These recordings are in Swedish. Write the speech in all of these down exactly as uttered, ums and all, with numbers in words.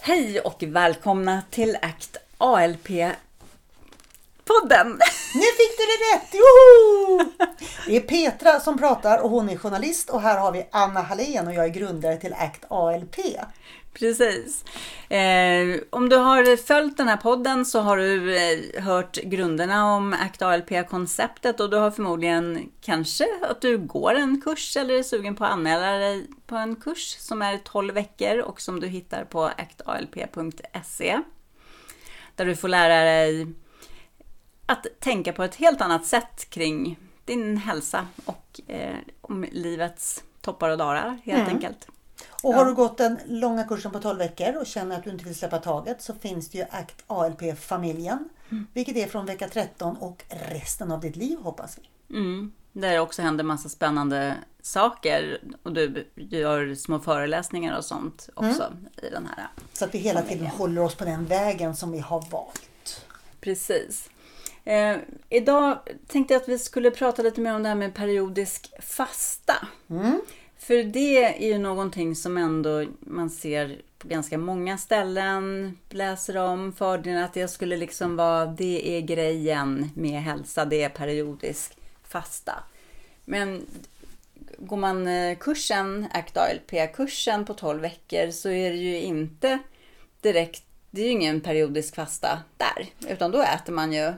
Hej och välkomna till ACT A L P-podden. Nu fick du det rätt! Joho! Det är Petra som pratar och hon är journalist, och här har vi Anna Hallén och jag är grundare till ACT A L P. Precis. Eh, om du har följt den här podden så har du eh, hört grunderna om ACT A L P-konceptet, och du har förmodligen kanske att du går en kurs eller är sugen på att anmäla dig på en kurs som är tolv veckor och som du hittar på act a l p punkt se, där du får lära dig att tänka på ett helt annat sätt kring din hälsa och eh, om livets toppar och dalar helt mm. enkelt. Och har du gått den långa kursen på tolv veckor och känner att du inte vill släppa taget, så finns det ju ACT A L P-familjen. Mm. Vilket är från vecka tretton och resten av ditt liv, hoppas vi. Mm. Där också händer massa spännande saker. Och du gör små föreläsningar och sånt också mm. i den här. Så att vi hela tiden håller oss på den vägen som vi har valt. Precis. Eh, idag tänkte jag att vi skulle prata lite mer om det här med periodisk fasta. Mm. För det är ju någonting som ändå man ser på ganska många ställen, läser om fördelen att det skulle liksom vara, det är grejen med hälsa, det är periodisk fasta. Men går man kursen, ACT A L P-kursen på tolv veckor, så är det ju inte direkt, det är ju ingen periodisk fasta där, utan då äter man ju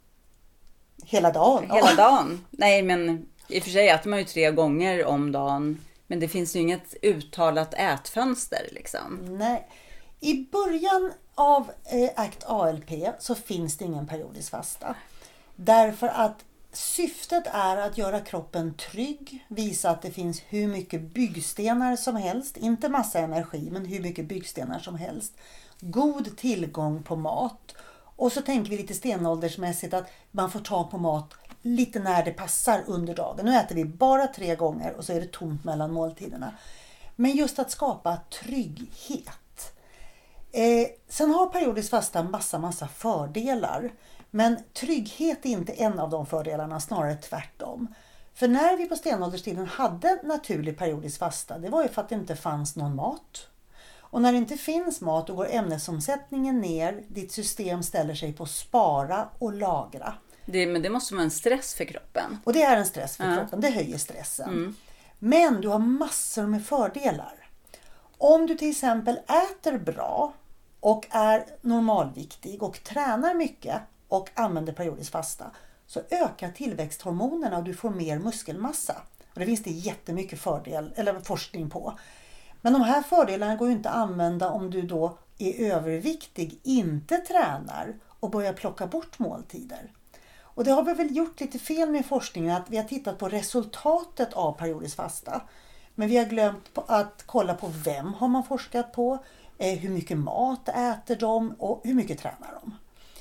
hela dagen. Hela dagen. Nej, men i och för sig äter man ju tre gånger om dagen. Men det finns ju inget uttalat ätfönster liksom. Nej. I början av eh, ACT A L P så finns det ingen periodisk fasta. Därför att syftet är att göra kroppen trygg. Visa att det finns hur mycket byggstenar som helst. Inte massa energi, men hur mycket byggstenar som helst. God tillgång på mat. Och så tänker vi lite stenåldersmässigt att man får tag på mat lite när det passar under dagen. Nu äter vi bara tre gånger och så är det tomt mellan måltiderna. Men just att skapa trygghet. Eh, sen har periodisk fasta massa massa fördelar. Men trygghet är inte en av de fördelarna, snarare tvärtom. För när vi på stenålderstiden hade naturlig periodisk fasta, det var ju för att det inte fanns någon mat. Och när det inte finns mat, då går ämnesomsättningen ner. Ditt system ställer sig på spara och lagra. Det, men det måste vara en stress för kroppen. Och det är en stress för ja. kroppen. Det höjer stressen. Mm. Men du har massor med fördelar. Om du till exempel äter bra och är normalviktig och tränar mycket och använder periodisk fasta, så ökar tillväxthormonerna och du får mer muskelmassa. Och det finns det jättemycket fördel, eller forskning på. Men de här fördelarna går ju inte att använda om du då är överviktig, inte tränar och börjar plocka bort måltider. Och det har vi väl gjort lite fel med forskningen, att vi har tittat på resultatet av periodisk fasta. Men vi har glömt på att kolla på vem har man forskat på, eh, hur mycket mat äter de och hur mycket tränar de.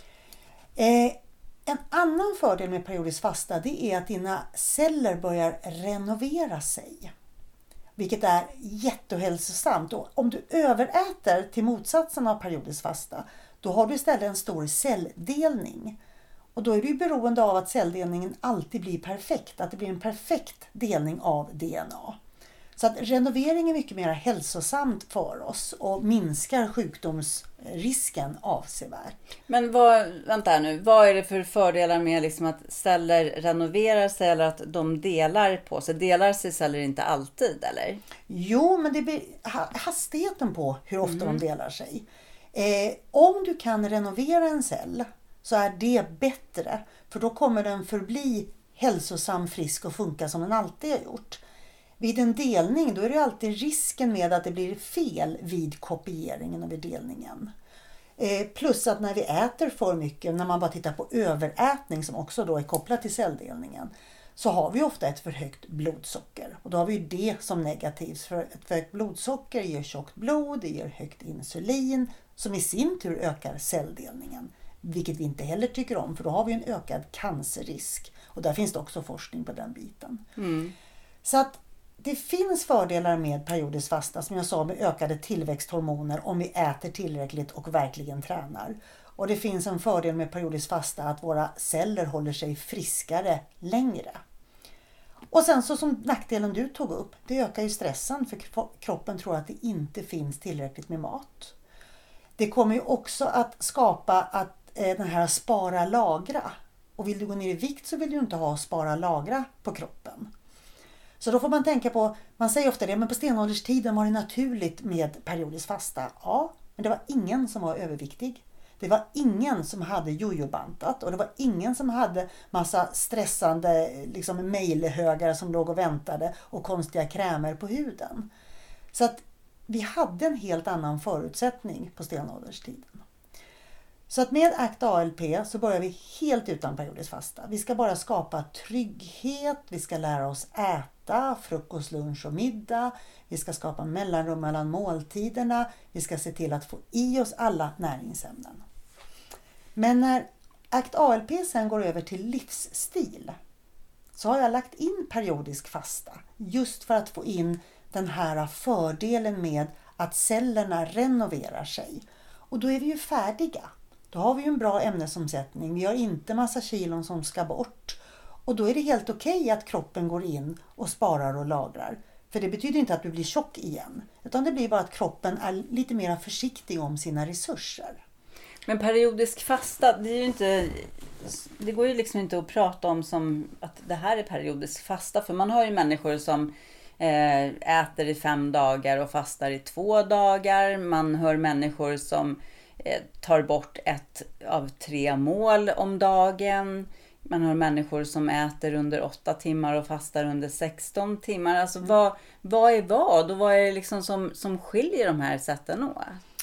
Eh, en annan fördel med periodisk fasta, det är att dina celler börjar renovera sig. Vilket är jättehälsosamt. Och om du överäter till motsatsen av periodisk fasta, då har du istället en stor celldelning. Och då är du beroende av att celldelningen alltid blir perfekt. Att det blir en perfekt delning av D N A. Så att renovering är mycket mer hälsosamt för oss och minskar sjukdomsrisken avsevärt. Men vad, vänta nu, vad är det för fördelar med liksom att celler renoverar sig eller att de delar på sig? Delar sig celler inte alltid, eller? Jo, men det blir hastigheten på hur ofta mm. de delar sig. Eh, om du kan renovera en cell, så är det bättre, för då kommer den förbli hälsosam, frisk och funka som den alltid har gjort. Vid en delning, då är det alltid risken med att det blir fel vid kopieringen och vid delningen. Eh, plus att när vi äter för mycket, när man bara tittar på överätning som också då är kopplat till celldelningen, så har vi ofta ett för högt blodsocker. Och då har vi ju det som negativt, för ett för högt blodsocker ger tjockt blod, det ger högt insulin, som i sin tur ökar celldelningen. Vilket vi inte heller tycker om, för då har vi en ökad cancerrisk. Och där finns det också forskning på den biten. Mm. Så att det finns fördelar med periodisk fasta, som jag sa, med ökade tillväxthormoner om vi äter tillräckligt och verkligen tränar. Och det finns en fördel med periodisk fasta, att våra celler håller sig friskare längre. Och sen så som nackdelen du tog upp, det ökar ju stressen, för kroppen tror att det inte finns tillräckligt med mat. Det kommer ju också att skapa att eh, den här spara lagra. Och vill du gå ner i vikt så vill du inte ha spara lagra på kroppen. Så då får man tänka på, man säger ofta det, men på stenålderstiden var det naturligt med periodisk fasta. Ja, men det var ingen som var överviktig. Det var ingen som hade jojobantat och det var ingen som hade massa stressande liksom, mejlhögar som låg och väntade och konstiga krämer på huden. Så att vi hade en helt annan förutsättning på stenålderstiden. Så att med ACT A L P så börjar vi helt utan periodisk fasta. Vi ska bara skapa trygghet, vi ska lära oss äta frukost, lunch och middag. Vi ska skapa mellanrum mellan måltiderna. Vi ska se till att få i oss alla näringsämnen. Men när ACT A L P sen går över till livsstil så har jag lagt in periodisk fasta. Just för att få in den här fördelen med att cellerna renoverar sig. Och då är vi ju färdiga. Då har vi ju en bra ämnesomsättning. Vi har inte massa kilon som ska bort. Och då är det helt okej att kroppen går in och sparar och lagrar. För det betyder inte att du blir tjock igen. Utan det blir bara att kroppen är lite mer försiktig om sina resurser. Men periodisk fasta, det är ju inte, det går ju liksom inte att prata om som att det här är periodisk fasta. För man har ju människor som äter i fem dagar och fastar i två dagar. Man hör människor som tar bort ett av tre mål om dagen. Man hör människor som äter under åtta timmar och fastar under sexton timmar. Alltså vad, vad är vad och vad är det liksom som, som skiljer de här sätten åt?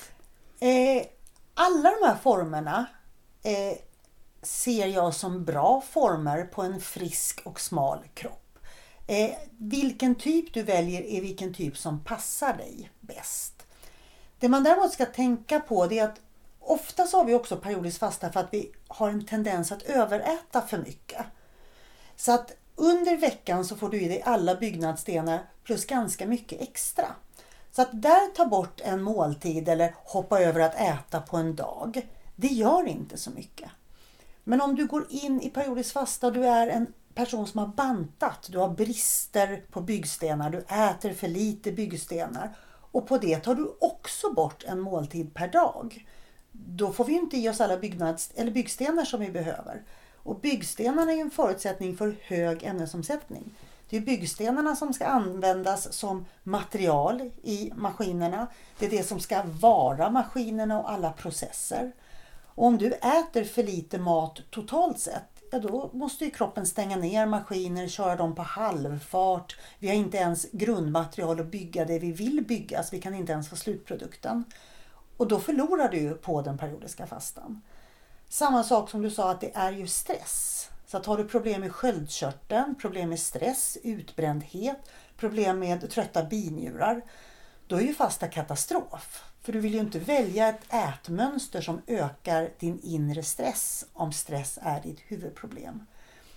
Eh, alla de här formerna eh, ser jag som bra former på en frisk och smal kropp. Eh, vilken typ du väljer är vilken typ som passar dig bäst. Det man däremot ska tänka på det är att ofta så har vi också periodiskt fasta för att vi har en tendens att överäta för mycket. Så att under veckan så får du i dig alla byggnadsstenar plus ganska mycket extra. Så att där ta bort en måltid eller hoppa över att äta på en dag, det gör inte så mycket. Men om du går in i periodiskt fasta och du är en person som har bantat, du har brister på byggstenar, du äter för lite byggstenar och på det tar du också bort en måltid per dag. Då får vi inte i oss alla byggnads- eller byggstenar som vi behöver. Och byggstenarna är en förutsättning för hög ämnesomsättning. Det är byggstenarna som ska användas som material i maskinerna. Det är det som ska vara maskinerna och alla processer. Och om du äter för lite mat totalt sett, ja då måste ju kroppen stänga ner maskiner, köra dem på halvfart. Vi har inte ens grundmaterial att bygga det vi vill bygga, så vi kan inte ens få slutprodukten. Och då förlorar du på den periodiska fastan. Samma sak som du sa att det är ju stress. Så att har du problem med sköldkörteln, problem med stress, utbrändhet, problem med trötta binjurar, då är ju fasta katastrof. För du vill ju inte välja ett ätmönster som ökar din inre stress om stress är ditt huvudproblem.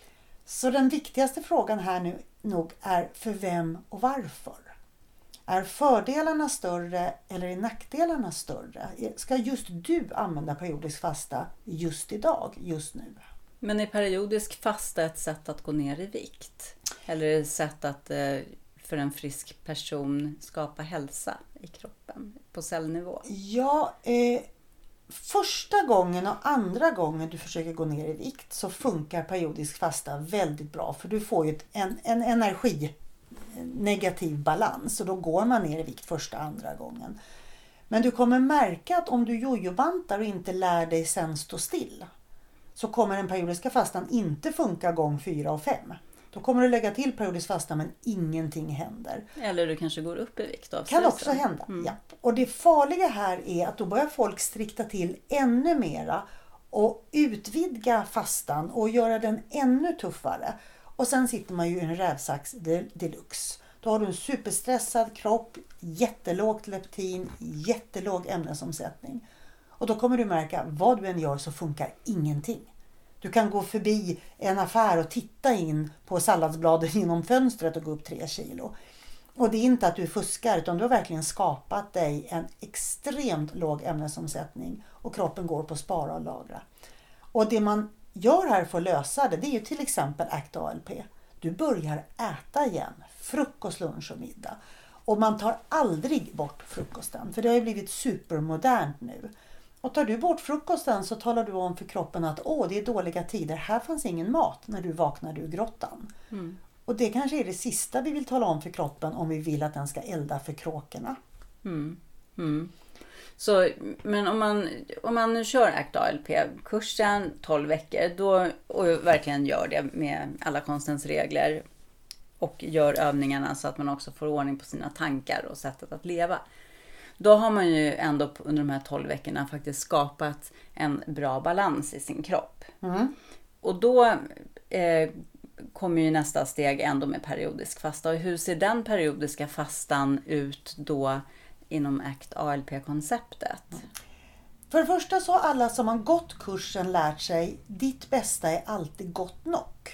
Så den viktigaste frågan här nu nog är för vem och varför. Är fördelarna större eller är nackdelarna större? Ska just du använda periodisk fasta just idag, just nu? Men är periodisk fasta ett sätt att gå ner i vikt? Eller är det ett sätt att för en frisk person skapa hälsa i kroppen på cellnivå? Ja, eh, första gången och andra gången du försöker gå ner i vikt så funkar periodisk fasta väldigt bra. För du får ju ett, en, en energi negativ balans och då går man ner i vikt första andra gången. Men du kommer märka att om du jojobantar och inte lär dig sen stå still så kommer den periodiska fastan inte funka gång fyra och fem. Då kommer du lägga till periodisk fasta men ingenting händer. Eller du kanske går upp i vikt av sig. Kan också hända, mm. ja. Och det farliga här är att då börjar folk strikta till ännu mera och utvidga fastan och göra den ännu tuffare. Och sen sitter man ju i en rävsax deluxe. Då har du en superstressad kropp, jättelågt leptin, jättelåg ämnesomsättning. Och då kommer du märka, vad du än gör så funkar ingenting. Du kan gå förbi en affär och titta in på salladsbladen genom fönstret och gå upp tre kilo. Och det är inte att du fuskar utan du har verkligen skapat dig en extremt låg ämnesomsättning och kroppen går på spara och lagra. Och det man gör här för att lösa det, det är ju till exempel ACT A L P. Du börjar äta igen, frukost, lunch och middag. Och man tar aldrig bort frukosten, för det har ju blivit supermodernt nu. Och tar du bort frukosten så talar du om för kroppen att åh, det är dåliga tider. Här fanns ingen mat när du vaknade ur grottan. Mm. Och det kanske är det sista vi vill tala om för kroppen om vi vill att den ska elda för kråkorna. Mm. Mm. Så, men om man, om man nu kör A C T A L P-kursen tolv veckor då, och verkligen gör det med alla konstens regler och gör övningarna så att man också får ordning på sina tankar och sättet att leva. Då har man ju ändå under de här tolv veckorna faktiskt skapat en bra balans i sin kropp. Mm. Och då eh, kommer ju nästa steg ändå med periodisk fasta. Och hur ser den periodiska fastan ut då inom A C T A L P-konceptet? Mm. För det första så har alla som har gått kursen lärt sig ditt bästa är alltid gott nog.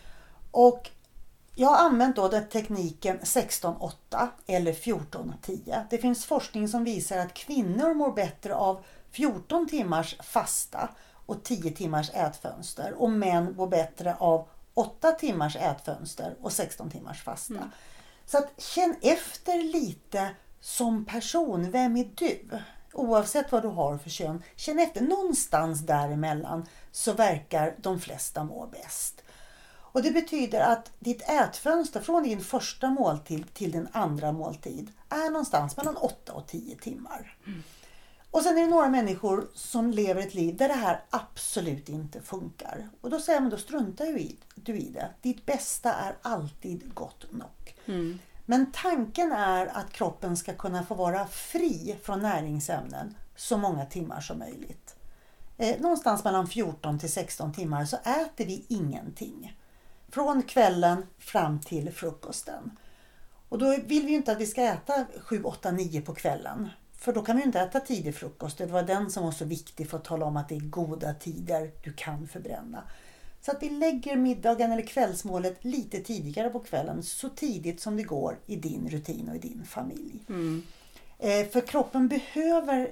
Och jag har använt då den tekniken sexton åtta eller fjorton tio. Det finns forskning som visar att kvinnor mår bättre av fjorton timmars fasta och tio timmars ätfönster. Och män mår bättre av åtta timmars ätfönster och sexton timmars fasta. Mm. Så att känn efter lite som person. Vem är du? Oavsett vad du har för kön. Känn efter någonstans däremellan så verkar de flesta må bäst. Och det betyder att ditt ätfönster från din första måltid till din andra måltid är någonstans mellan åtta och tio timmar. Mm. Och sen är det några människor som lever ett liv där det här absolut inte funkar. Och då säger man, då struntar du i, du i det. Ditt bästa är alltid gott nog. Mm. Men tanken är att kroppen ska kunna få vara fri från näringsämnen så många timmar som möjligt. Eh, någonstans mellan fjorton till sexton timmar så äter vi ingenting. Från kvällen fram till frukosten. Och då vill vi ju inte att vi ska äta sju, åtta, nio på kvällen. För då kan vi inte äta tidig frukost. Det var den som var så viktig för att tala om att det är goda tider du kan förbränna. Så att vi lägger middagen eller kvällsmålet lite tidigare på kvällen. Så tidigt som det går i din rutin och i din familj. Mm. Eh, för kroppen behöver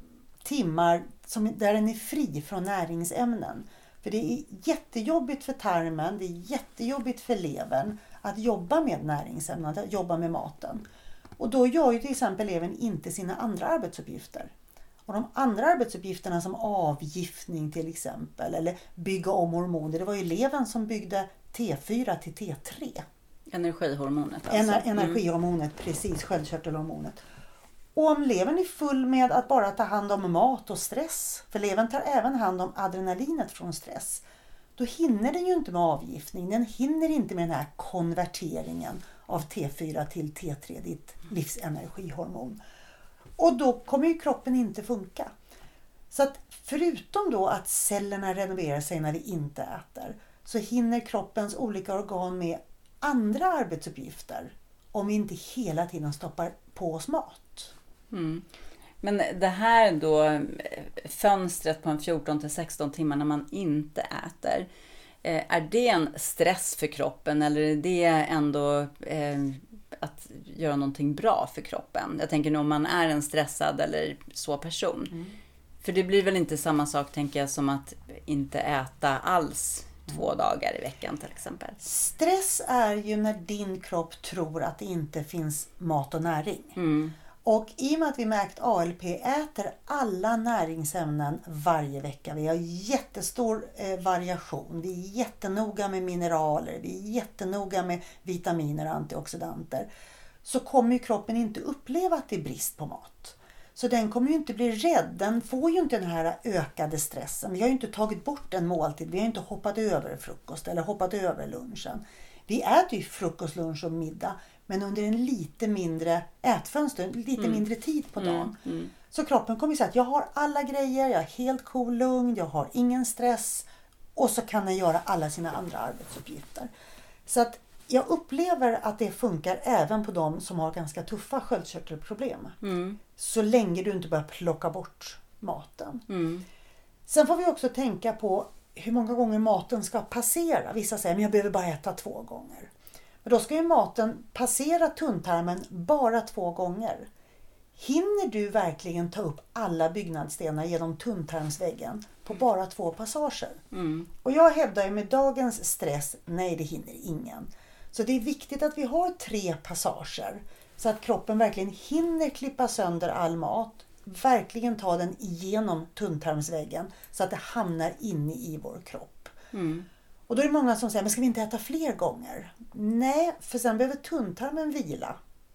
timmar som, där den är fri från näringsämnen. För det är jättejobbigt för tarmen, det är jättejobbigt för levern att jobba med näringsämnen, att jobba med maten. Och då gör ju till exempel levern inte sina andra arbetsuppgifter. Och de andra arbetsuppgifterna som avgiftning till exempel, eller bygga om hormoner, det var ju levern som byggde T fyra till T tre. Energihormonet alltså. Ener- energihormonet, mm. precis, sköldkörtelhormonet. Och om levern är full med att bara ta hand om mat och stress, för levern tar även hand om adrenalinet från stress, då hinner den ju inte med avgiftning. Den hinner inte med den här konverteringen av T fyra till T tre, ditt livsenergihormon. Och då kommer ju kroppen inte funka. Så att förutom då att cellerna renoverar sig när vi inte äter, så hinner kroppens olika organ med andra arbetsuppgifter om vi inte hela tiden stoppar på oss mat. Mm. Men det här då fönstret på en fjorton till sexton timmar när man inte äter, är det en stress för kroppen eller är det ändå eh, att göra någonting bra för kroppen? Jag tänker nu om man är en stressad eller så person. Mm. För det blir väl inte samma sak tänker jag som att inte äta alls två dagar i veckan till exempel. Stress är ju när din kropp tror att det inte finns mat och näring. Mm. Och i och med att vi märkt A L P äter alla näringsämnen varje vecka. Vi har jättestor eh, variation. Vi är jättenoga med mineraler. Vi är jättenoga med vitaminer och antioxidanter. Så kommer ju kroppen inte uppleva att det är brist på mat. Så den kommer ju inte bli rädd. Den får ju inte den här ökade stressen. Vi har ju inte tagit bort en måltid. Vi har inte hoppat över frukost eller hoppat över lunchen. Vi äter ju frukost, lunch och middag. Men under en lite mindre ätfönster, lite mm. mindre tid på dagen. Mm. Mm. Så kroppen kommer ju säga att jag har alla grejer, jag är helt cool, lugn, jag har ingen stress. Och så kan den göra alla sina andra arbetsuppgifter. Så att jag upplever att det funkar även på de som har ganska tuffa sköldkörtelproblem. Mm. Så länge du inte börjar plocka bort maten. Mm. Sen får vi också tänka på hur många gånger maten ska passera. Vissa säger att jag behöver bara äta två gånger. Men då ska ju maten passera tunntarmen bara två gånger. Hinner du verkligen ta upp alla byggnadsstenar genom tunntarmsväggen på bara två passager? Mm. Och jag hävdar ju med dagens stress, nej det hinner ingen. Så det är viktigt att vi har tre passager. Så att kroppen verkligen hinner klippa sönder all mat, verkligen ta den igenom tunntarmsväggen så att det hamnar inne i vår kropp. Mm. Och då är det många som säger, men ska vi inte äta fler gånger? Nej, för sen behöver tunntarmen vila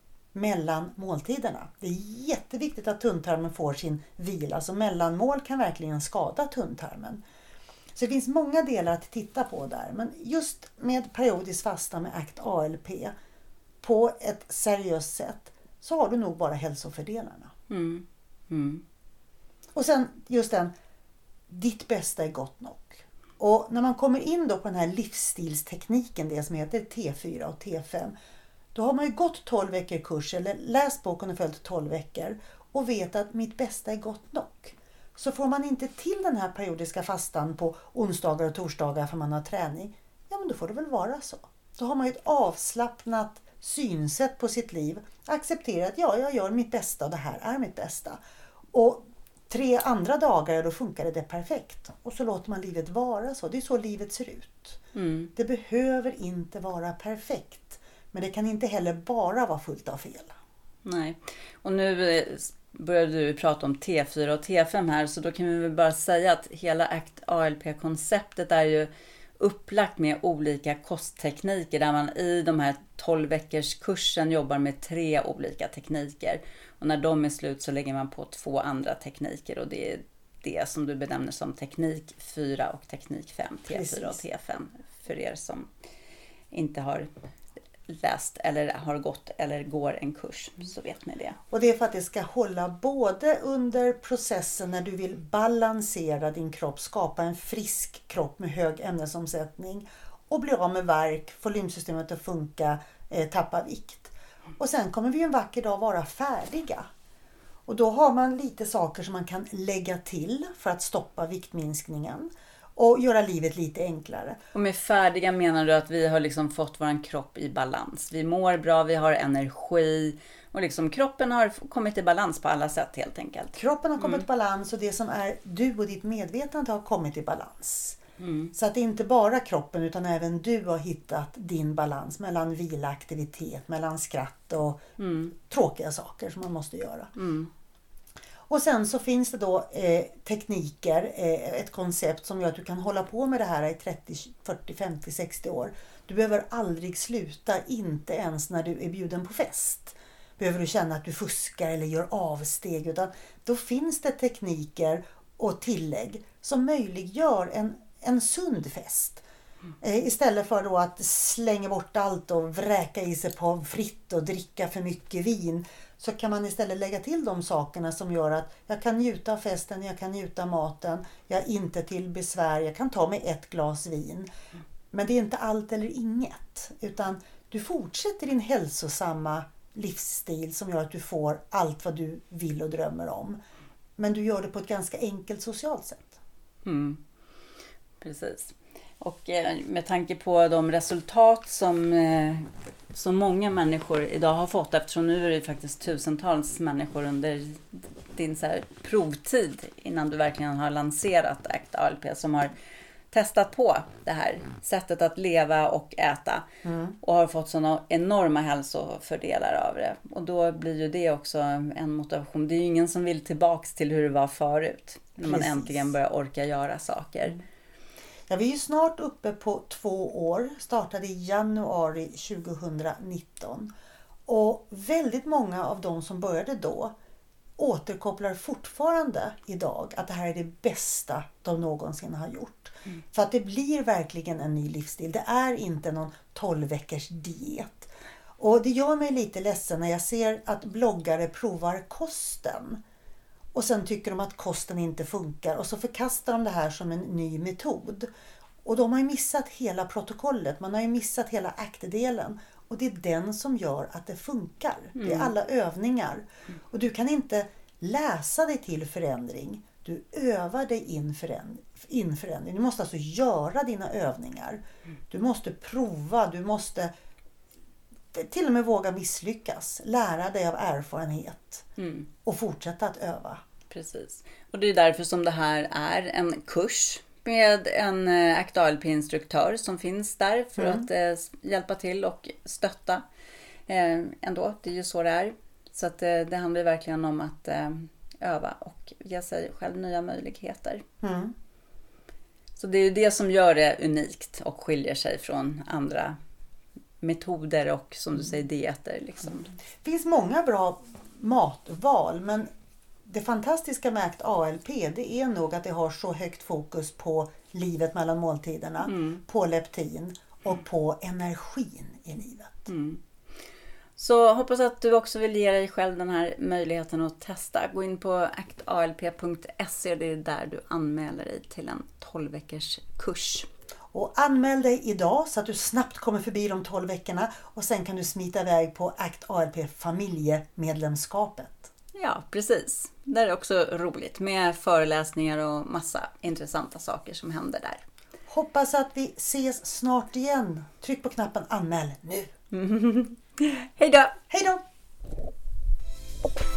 mellan måltiderna. Det är jätteviktigt att tunntarmen får sin vila. Så mellanmål kan verkligen skada tunntarmen. Så det finns många delar att titta på där. Men just med periodisk fasta med A C T-A L P på ett seriöst sätt så har du nog bara hälsofördelarna. Mm. Mm. Och sen just den, ditt bästa är gott nog. Och när man kommer in då på den här livsstilstekniken, det som heter T fyra och T fem, då har man ju gått tolv veckor kurs eller läst boken och följt tolv veckor och vet att mitt bästa är gott nog. Så får man inte till den här periodiska fastan på onsdagar och torsdagar för man har träning, ja men då får det väl vara så. Då har man ju ett avslappnat synsätt på sitt liv. Acceptera att ja, jag gör mitt bästa och det här är mitt bästa. Och tre andra dagar då funkar det perfekt. Och så låter man livet vara så. Det är så livet ser ut. Mm. Det behöver inte vara perfekt. Men det kan inte heller bara vara fullt av fel. Nej. Och nu började du prata om T fyra och T fem här. Så då kan vi väl bara säga att hela A C T-A L P-konceptet är ju upplagt med olika kosttekniker. Där man i de här tolv veckors kursen jobbar med tre olika tekniker. Och när de är slut så lägger man på två andra tekniker. Och det är det som du benämner som teknik fyra och teknik fem. T fyra och T fem. För er som inte har läst eller har gått eller går en kurs, så vet ni det. Och det är för att det ska hålla både under processen när du vill balansera din kropp, skapa en frisk kropp med hög ämnesomsättning och bli av med värk, få lymfsystemet att funka, eh, tappa vikt. Och sen kommer vi en vacker dag vara färdiga. Och då har man lite saker som man kan lägga till för att stoppa viktminskningen. Och göra livet lite enklare. Och med färdiga menar du att vi har liksom fått vår kropp i balans. Vi mår bra, vi har energi. Och liksom kroppen har kommit i balans på alla sätt helt enkelt. Kroppen har kommit i mm. balans och det som är du och ditt medvetande har kommit i balans. Mm. Så att det är inte bara kroppen utan även du har hittat din balans mellan vila, aktivitet, mellan skratt och mm. tråkiga saker som man måste göra. Mm. Och sen så finns det då eh, tekniker, eh, ett koncept som gör att du kan hålla på med det här i trettio, fyrtio, femtio, sextio år. Du behöver aldrig sluta, inte ens när du är bjuden på fest. Behöver du känna att du fuskar eller gör avsteg, utan då finns det tekniker och tillägg som möjliggör en, en sund fest. Eh, istället för då att slänga bort allt och vräka i sig på fritt och dricka för mycket vin. Så kan man istället lägga till de sakerna som gör att jag kan njuta av festen, jag kan njuta av maten, jag är inte till besvär, jag kan ta mig ett glas vin. Men det är inte allt eller inget, utan du fortsätter din hälsosamma livsstil som gör att du får allt vad du vill och drömmer om. Men du gör det på ett ganska enkelt socialt sätt. Mm. Precis. Och med tanke på de resultat som, som många människor idag har fått, eftersom nu är det faktiskt tusentals människor under din så här provtid innan du verkligen har lanserat A C T-A L P som har testat på det här sättet att leva och äta mm. och har fått sådana enorma hälsofördelar av det. Och då blir ju det också en motivation. Det är ju ingen som vill tillbaks till hur det var förut när man Precis. äntligen börjar orka göra saker. Mm. Ja, vi är ju snart uppe på två år, startade i januari tjugonitton och väldigt många av de som började då återkopplar fortfarande idag att det här är det bästa de någonsin har gjort. Mm. För att det blir verkligen en ny livsstil, det är inte någon tolv veckors diet. Och det gör mig lite ledsen när jag ser att bloggare provar kosten. Och sen tycker de att kosten inte funkar. Och så förkastar de det här som en ny metod. Och de har ju missat hela protokollet. Man har ju missat hela aktdelen. Och det är den som gör att det funkar. Mm. Det är alla övningar. Mm. Och du kan inte läsa dig till förändring. Du övar dig in, föränd- in förändring. Du måste alltså göra dina övningar. Mm. Du måste prova. Du måste till och med våga misslyckas. Lära dig av erfarenhet. Mm. Och fortsätta att öva. Precis. Och det är därför som det här är en kurs med en A C T-A L P-instruktör som finns där för mm. att eh, hjälpa till och stötta eh, ändå. Det är ju så det är. Så att, eh, det handlar verkligen om att eh, öva och ge sig själv nya möjligheter. Mm. Så det är ju det som gör det unikt och skiljer sig från andra metoder och som du säger dieter. Liksom. Det finns många bra matval, men det fantastiska med ACT A L P det är nog att det har så högt fokus på livet mellan måltiderna, mm. på leptin och på energin i livet. Mm. Så hoppas att du också vill ge dig själv den här möjligheten att testa. Gå in på act a l p punkt se, det är där du anmäler dig till en tolv veckors kurs. Och anmäl dig idag så att du snabbt kommer förbi de tolv veckorna och sen kan du smita iväg på ACT A L P familjemedlemskapet. Ja, precis. Det är också roligt med föreläsningar och massa intressanta saker som händer där. Hoppas att vi ses snart igen. Tryck på knappen anmäl nu. Hej då! Hej då!